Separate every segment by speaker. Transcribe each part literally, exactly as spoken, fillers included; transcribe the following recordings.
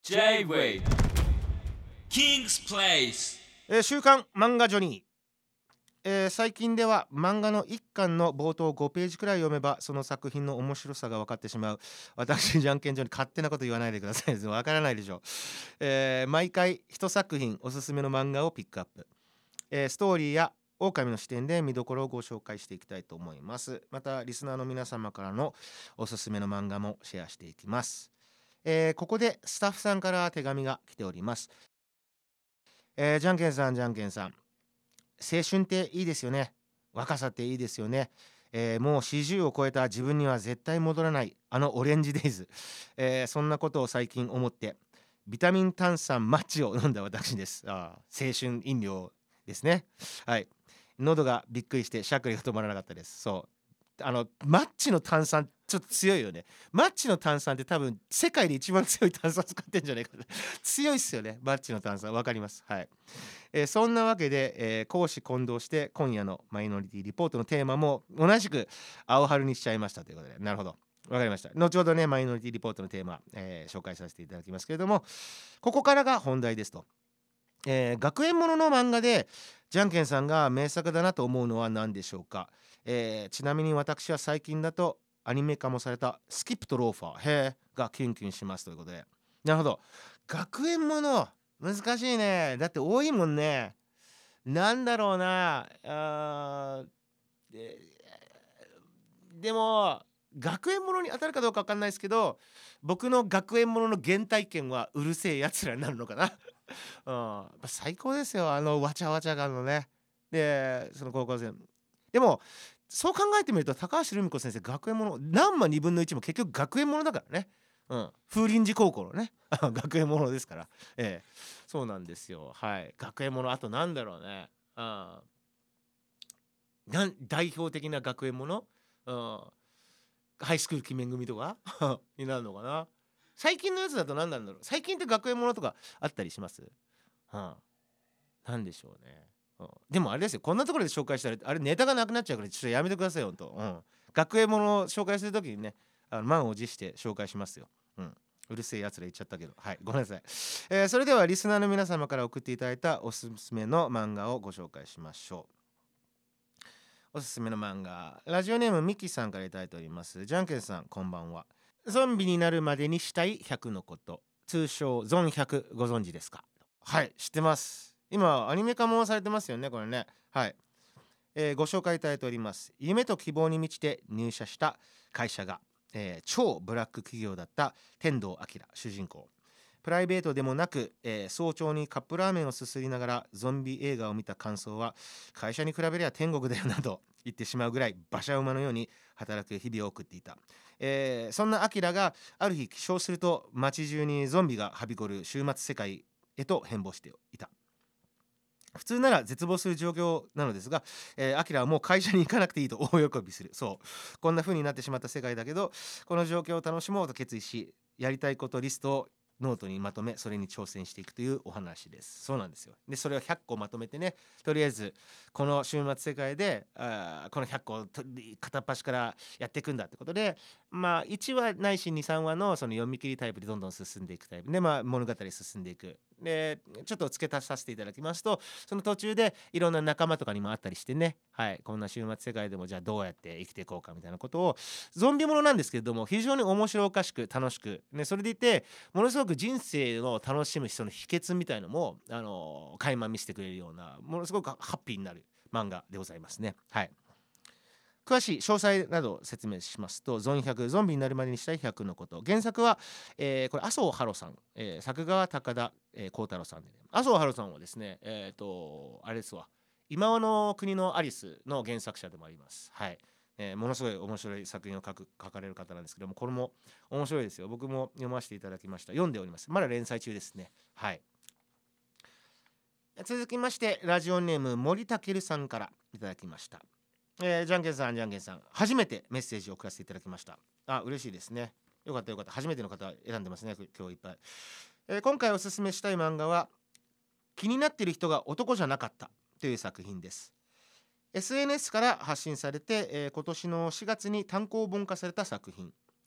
Speaker 1: J-Wave King's Place、
Speaker 2: えー週刊漫画ジョニー、えー最近では漫画のいっかんの冒頭ごページくらい読めばその作品の面白さが分かってしまう。私じゃんけんジョニー、勝手なこと言わないでください。分からないでしょう、えー毎回一作品おすすめの漫画をピックアップ、えーストーリーや狼の視点で見どころをご紹介していきたいと思います。またリスナーの皆様からのおすすめの漫画もシェアしていきます。えーここでスタッフさんから手紙が来ております。えーじゃんけんさんじゃんけんさん、青春っていいですよね。若さっていいですよね。えーもうよんじゅうを超えた自分には絶対戻らないあのオレンジデイズ、えーそんなことを最近思ってビタミン炭酸マッチを飲んだ私です。あー青春飲料ですね。はい、喉がびっくりしてしゃっくりが止まらなかったです。そうあのマッチの炭酸ちょっと強いよね。マッチの炭酸って多分世界で一番強い炭酸使ってんじゃないかな強いっすよね、マッチの炭酸。わかります。はい、えーそんなわけで、えー公私混同して今夜のマイノリティリポートのテーマも同じく青春にしちゃいましたということで、なるほど、わかりました。後ほどねマイノリティリポートのテーマ、えー紹介させていただきますけれども、ここからが本題ですと。えー学園ものの漫画でじゃんけんさんが名作だなと思うのは何でしょうか。えーちなみに私は最近だとアニメ化もされたスキップとローファーへーがキュンキュンしますということで、なるほど、学園もの難しいね。だって多いもんね。なんだろうなあーででも学園ものに当たるかどうか分かんないですけど、僕の学園ものの原体験はうるせえやつらになるのかなうん、やっぱ最高ですよ、あのわちゃわちゃ感のね。でその高校生でもそう考えてみると高橋留美子先生学園もの何万にぶんのいちも結局学園ものだからね。うん、風林寺高校のね学園ものですから、ええ、そうなんですよ。はい、学園ものあとなんだろうね、あなん代表的な学園もの、うん、ハイスクール鬼面組とかになるのかな。最近のやつだと何なんだろう。最近って学園ものとかあったりします？はあ、なんでしょうね。うん、でもあれですよ、こんなところで紹介したらあれネタがなくなっちゃうからちょっとやめてくださいよほんと。うん、学園ものを紹介するときにね、あの満を持して紹介しますよ。うん、うるせえやつら言っちゃったけど、はい、ごめんなさい。えーそれではリスナーの皆様から送っていただいたおすすめの漫画をご紹介しましょう。おすすめの漫画、ラジオネームミキさんからいただいております。じゃんけんさんこんばんは。ゾンビになるまでにしたいひゃくのこと、通称ゾンひゃく、ご存知ですか？はい、知ってます。今アニメ化もされてますよね、これね。はい、えーご紹介いただいております。夢と希望に満ちて入社した会社が、えー超ブラック企業だった天童明主人公。プライベートでもなく、えー早朝にカップラーメンをすすりながらゾンビ映画を見た感想は、会社に比べりゃ天国だよなど言ってしまうぐらい馬車馬のように働く日々を送っていた。えーそんなアキラがある日起床すると街中にゾンビがはびこる終末世界へと変貌していた。普通なら絶望する状況なのですが、えーアキラはもう会社に行かなくていいと大喜びする。そうこんな風になってしまった世界だけど、この状況を楽しもうと決意し、やりたいことリストをノートにまとめ、それに挑戦していくというお話です。そうなんですよ。でそれをひゃっこまとめてね、とりあえずこの終末世界であーこのひゃっこをと片っ端からやっていくんだってことで、まあいちわないしにさんわのその読み切りタイプでどんどん進んでいくタイプで、まあ物語進んでいく。でちょっと付け足させていただきますと、その途中でいろんな仲間とかにもあったりしてね、はい、こんな終末世界でもじゃあどうやって生きていこうかみたいなことを、ゾンビものなんですけれども非常に面白おかしく楽しく、ね、それでいてものすごく人生を楽しむその秘訣みたいのも、あのー垣間見せてくれるような、ものすごくハッピーになる漫画でございますね。はい、詳しい詳細などを説明しますと、ゾンひゃく、ゾンビになるまでにしたいひゃくのこと。原作は、えーこれ麻生ハロさん、えー作画は高田えー幸太郎さんで、ね、麻生ハロさんはですね、えっ、とあれですわ、今の国のアリスの原作者でもあります。はい、えーものすごい面白い作品を書く書かれる方なんですけども、これも面白いですよ。僕も読ませていただきました。読んでおります。まだ連載中ですね。はい、続きましてラジオネーム森健さんからいただきました。えー、じゃんけんさんじゃんけんさん、初めてメッセージを送らせていただきました。あ、嬉しいですね。よかったよかった、初めての方選んでますね今日いっぱい。えー今回おすすめしたい漫画は、気になっている人が男じゃなかったという作品です。 エスエヌエス から発信されて、えー今年のしがつに単行本化された作品。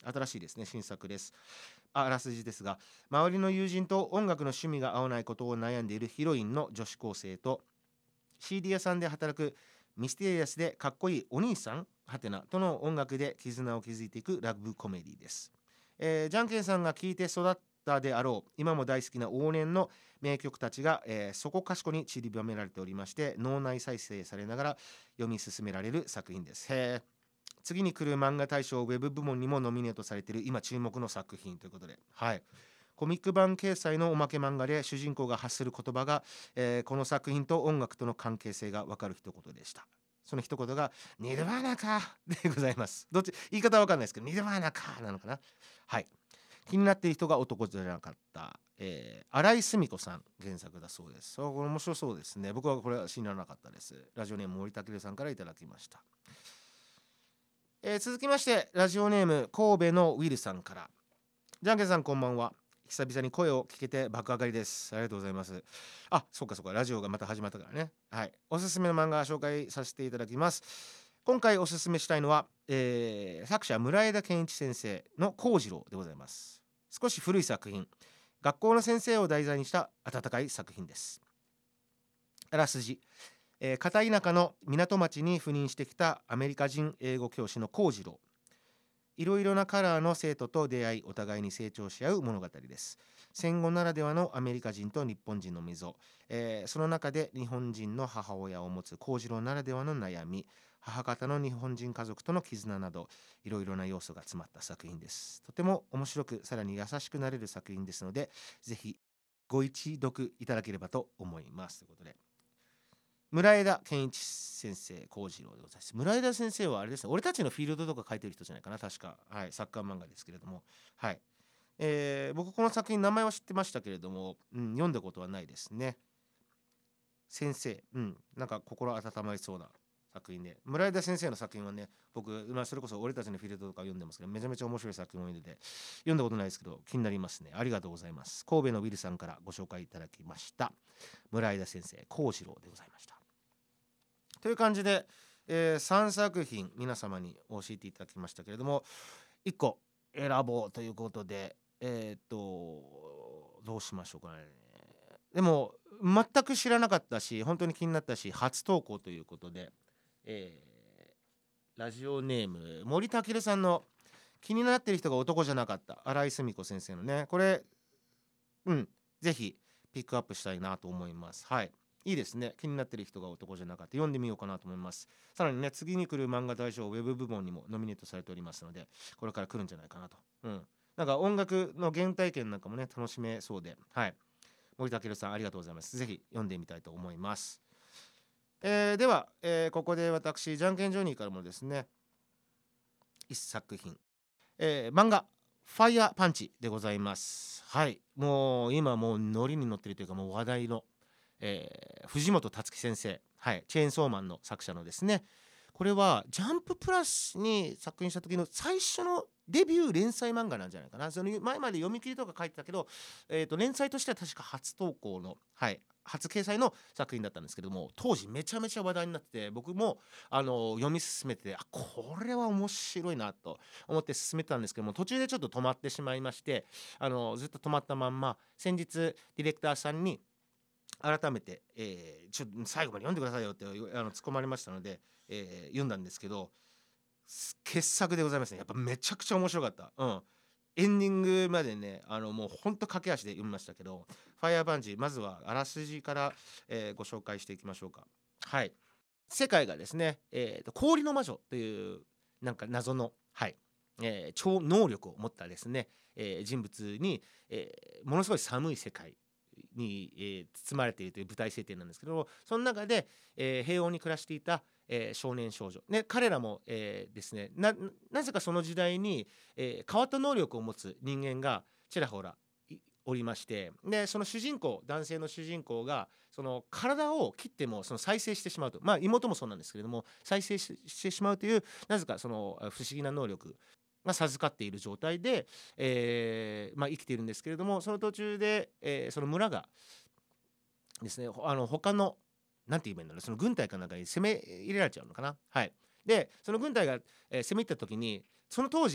Speaker 2: 新しいですね、新作です。あらすじですが、周りの友人と音楽の趣味が合わないことを悩んでいるヒロインの女子高生と シーディー 屋さんで働くミステリアスでかっこいいお兄さんハテナとの音楽で絆を築いていくラブコメディです。えー、じゃんけんさんが聴いて育ったであろう今も大好きな往年の名曲たちが、えー、そこかしこに散りばめられておりまして、脳内再生されながら読み進められる作品です。へー、次に来る漫画大賞ウェブ部門にもノミネートされている今注目の作品ということで、はい、コミック版掲載のおまけ漫画で主人公が発する言葉が、えー、この作品と音楽との関係性が分かる一言でした。その一言がニルバーナかでございます。どっち言い方は分かんないですけど、ニルバーナかなのかな。はい、気になっている人が男じゃなかった、えー、新井澄子さん原作だそうです。そう、これ面白そうですね。僕はこれは知らなかったです。ラジオネーム森武さんからいただきました。えー、続きましてラジオネーム神戸のウィルさんから、じゃんけんさんこんばんは。久々に声を聞けて爆上がりです。ありがとうございます。あ、そうかそうか、ラジオがまた始まったからね。はい、おすすめの漫画紹介させていただきます。今回おすすめしたいのは、えー、作者村枝健一先生の幸次郎でございます。少し古い作品、学校の先生を題材にした温かい作品です。あらすじ、えー、片田舎の港町に赴任してきたアメリカ人英語教師の幸次郎、いろいろなカラーの生徒と出会い、お互いに成長し合う物語です。戦後ならではのアメリカ人と日本人の溝、えー、その中で日本人の母親を持つ幸次郎ならではの悩み、母方の日本人家族との絆など、いろいろな要素が詰まった作品です。とても面白く、さらに優しくなれる作品ですので、ぜひご一読いただければと思います。ということで、村枝健一先生幸次郎でございます。村枝先生はあれですね、俺たちのフィールドとか書いてる人じゃないかな、確か。はい、サッカー漫画ですけれども、はい、えー、僕この作品名前は知ってましたけれども、うん、読んだことはないですね。先生、うん、なんか心温まりそうな作品で、村枝先生の作品はね、僕、まあ、それこそ俺たちのフィールドとか読んでますけど、めちゃめちゃ面白い作品を読んでて、読んだことないですけど気になりますね。ありがとうございます。神戸のウィルさんからご紹介いただきました村枝先生幸次郎でございました。という感じで、えー、さんさく品皆様に教えていただきましたけれども、いっこ選ぼうということで、えー、っとどうしましょうかね。でも全く知らなかったし、本当に気になったし、初投稿ということで、えー、ラジオネーム森武さんの気になってる人が男じゃなかった、新井澄子先生のね、これ、うん、ぜひピックアップしたいなと思います。はい、いいですね。気になってる人が男じゃなかった、読んでみようかなと思います。さらにね、次に来る漫画大賞ウェブ部門にもノミネートされておりますので、これから来るんじゃないかなと。うん、なんか音楽の原体験なんかもね、楽しめそうで、はい、森武さんありがとうございます。ぜひ読んでみたいと思います。えー、では、えー、ここで私じゃんけんジョニーからもですね、一作品、えー、漫画ファイヤーパンチでございます。はい、もう今もうノリに乗ってるというか、もう話題の、えー、藤本つ樹先生、はい、チェーンソーマンの作者のですね、これはジャンププラスに作品した時の最初のデビュー連載漫画なんじゃないかな。その前まで読み切りとか書いてたけど、えー、と連載としては確か初投稿の、はい、初掲載の作品だったんですけども、当時めちゃめちゃ話題になってて、僕もあの読み進めて、あ、これは面白いなと思って進めてたんですけども、途中でちょっと止まってしまいまして、あのずっと止まったまんま、先日ディレクターさんに改めて、えー、ちょっと最後まで読んでくださいよってあの突っ込まれましたので、えー、読んだんですけど、傑作でございますね。やっぱめちゃくちゃ面白かった。うん、エンディングまでね、あのもうほんと駆け足で読みましたけど、ファイヤーパンチ、まずはあらすじから、えー、ご紹介していきましょうか。はい、世界がですね、えー、と氷の魔女というなんか謎の、はい、えー、超能力を持ったですね、えー、人物に、えー、ものすごい寒い世界に、えー、包まれているという舞台設定なんですけど、その中で、えー、平穏に暮らしていた、えー、少年少女、ね、彼らも、えー、ですね な, なぜかその時代に、えー、変わった能力を持つ人間がちらほらおりまして、でその主人公、男性の主人公がその体を切ってもその再生してしまうと、まあ妹もそうなんですけれども、再生ししてしまうという、なぜかその不思議な能力が授かっている状態で、えーまあ、生きているんですけれども、その途中で、えー、その村がですね、あの他のなんて言えばいいんだろう、その軍隊かなんかに攻め入れられちゃうのかな。はい、でその軍隊が、えー攻め入った時に、その当時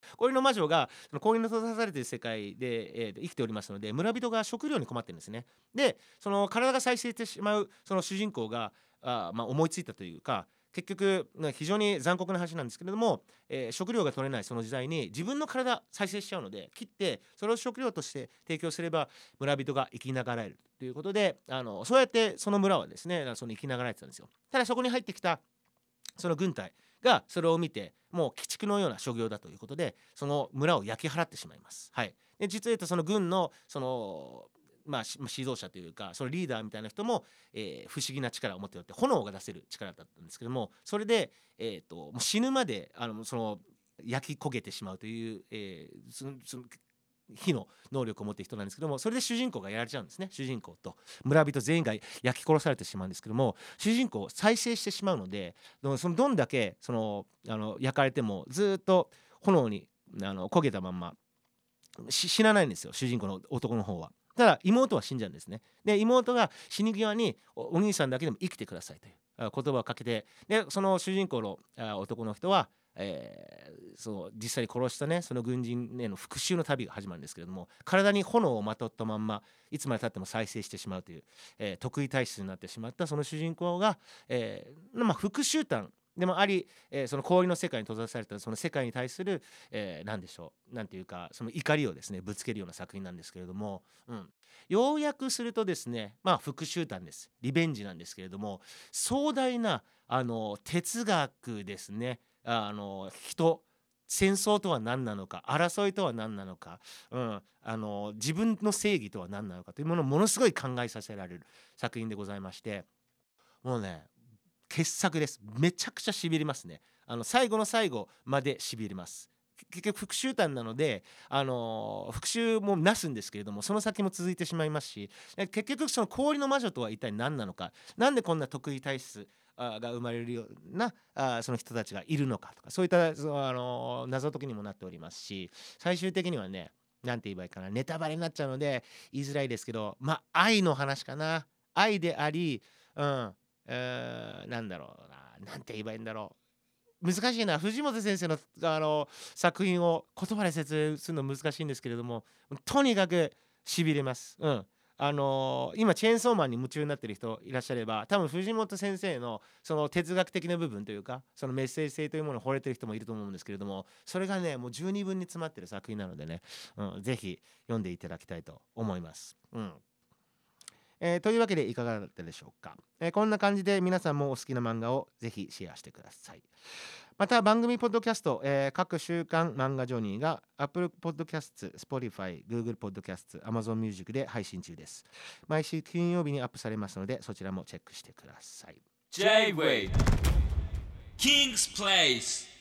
Speaker 2: 氷の魔女がその氷の閉ざされている世界で、えー、生きておりますので、村人が食料に困ってるんですね。でその体が再生してしまうその主人公があ、まあ、思いついたというか、結局非常に残酷な話なんですけれども、えー、食料が取れないその時代に自分の体再生しちゃうので、切ってそれを食料として提供すれば村人が生きながらえるということで、あのそうやってその村はですね、その生きながらえてたんですよ。ただそこに入ってきたその軍隊がそれを見て、もう鬼畜のような所業だということで、その村を焼き払ってしまいます。はい、で実は言うとその軍のそのまあ、指導者というかそのリーダーみたいな人も、えー、不思議な力を持っておって、炎が出せる力だったんですけども、それで、えー、ともう死ぬまであのその焼き焦げてしまうという、えー、そのその火の能力を持っている人なんですけども、それで主人公がやられちゃうんですね。主人公と村人全員が焼き殺されてしまうんですけども、主人公を再生してしまうので、そのどんだけそのあの焼かれてもずっと炎にあの焦げたまんま死なないんですよ、主人公の男の方は。ただ妹は死んじゃうんですね。で妹が死に際に お, お兄さんだけでも生きてくださいという言葉をかけて、でその主人公の男の人は、えー、そう実際に殺したねその軍人への復讐の旅が始まるんですけれども、体に炎をまとったまんまいつまでたっても再生してしまうという、えー、得意体質になってしまったその主人公が、えーまあ、復讐譚でもあり、えー、その氷の世界に閉ざされたその世界に対する、えー、何でしょう、なんていうかその怒りをですねぶつけるような作品なんですけれども、うん、要約するとですね、まあ復讐譚です、リベンジなんですけれども、壮大なあの哲学ですね、あの人戦争とは何なのか、争いとは何なのか、うん、あの自分の正義とは何なのかというものをものすごい考えさせられる作品でございまして、もうね傑作です。めちゃくちゃしびれますね。あの最後の最後までしびれます。結局復讐譚なので、あのー復讐もなすんですけれども、その先も続いてしまいますし、結局その氷の魔女とは一体何なのか、なんでこんな得意体質あが生まれるようなあその人たちがいるのかとか、そういったその、あのー謎解きにもなっておりますし、最終的にはね、なんて言えばいいかな、ネタバレになっちゃうので言いづらいですけど、まあ愛の話かな。愛であり、うんえー、なんだろうな、なんて言えばいいんだろう、難しいな。藤本先生のあの作品を言葉で説明するの難しいんですけれども、とにかくしびれます。うんあのー今チェーンソーマンに夢中になってる人いらっしゃれば、多分藤本先生のその哲学的な部分というか、そのメッセージ性というものに惚れてる人もいると思うんですけれども、それがねもう十二分に詰まってる作品なのでね、うん、ぜひ読んでいただきたいと思います。うんえーというわけでいかがだったでしょうか、えーこんな感じで皆さんもお好きな漫画をぜひシェアしてください。また番組ポッドキャスト、えー各週刊漫画ジョニーが Apple Podcast、Spotify、Google Podcast、Amazon Music で配信中です。毎週金曜日にアップされますので、そちらもチェックしてください。
Speaker 1: J-Wave King's Place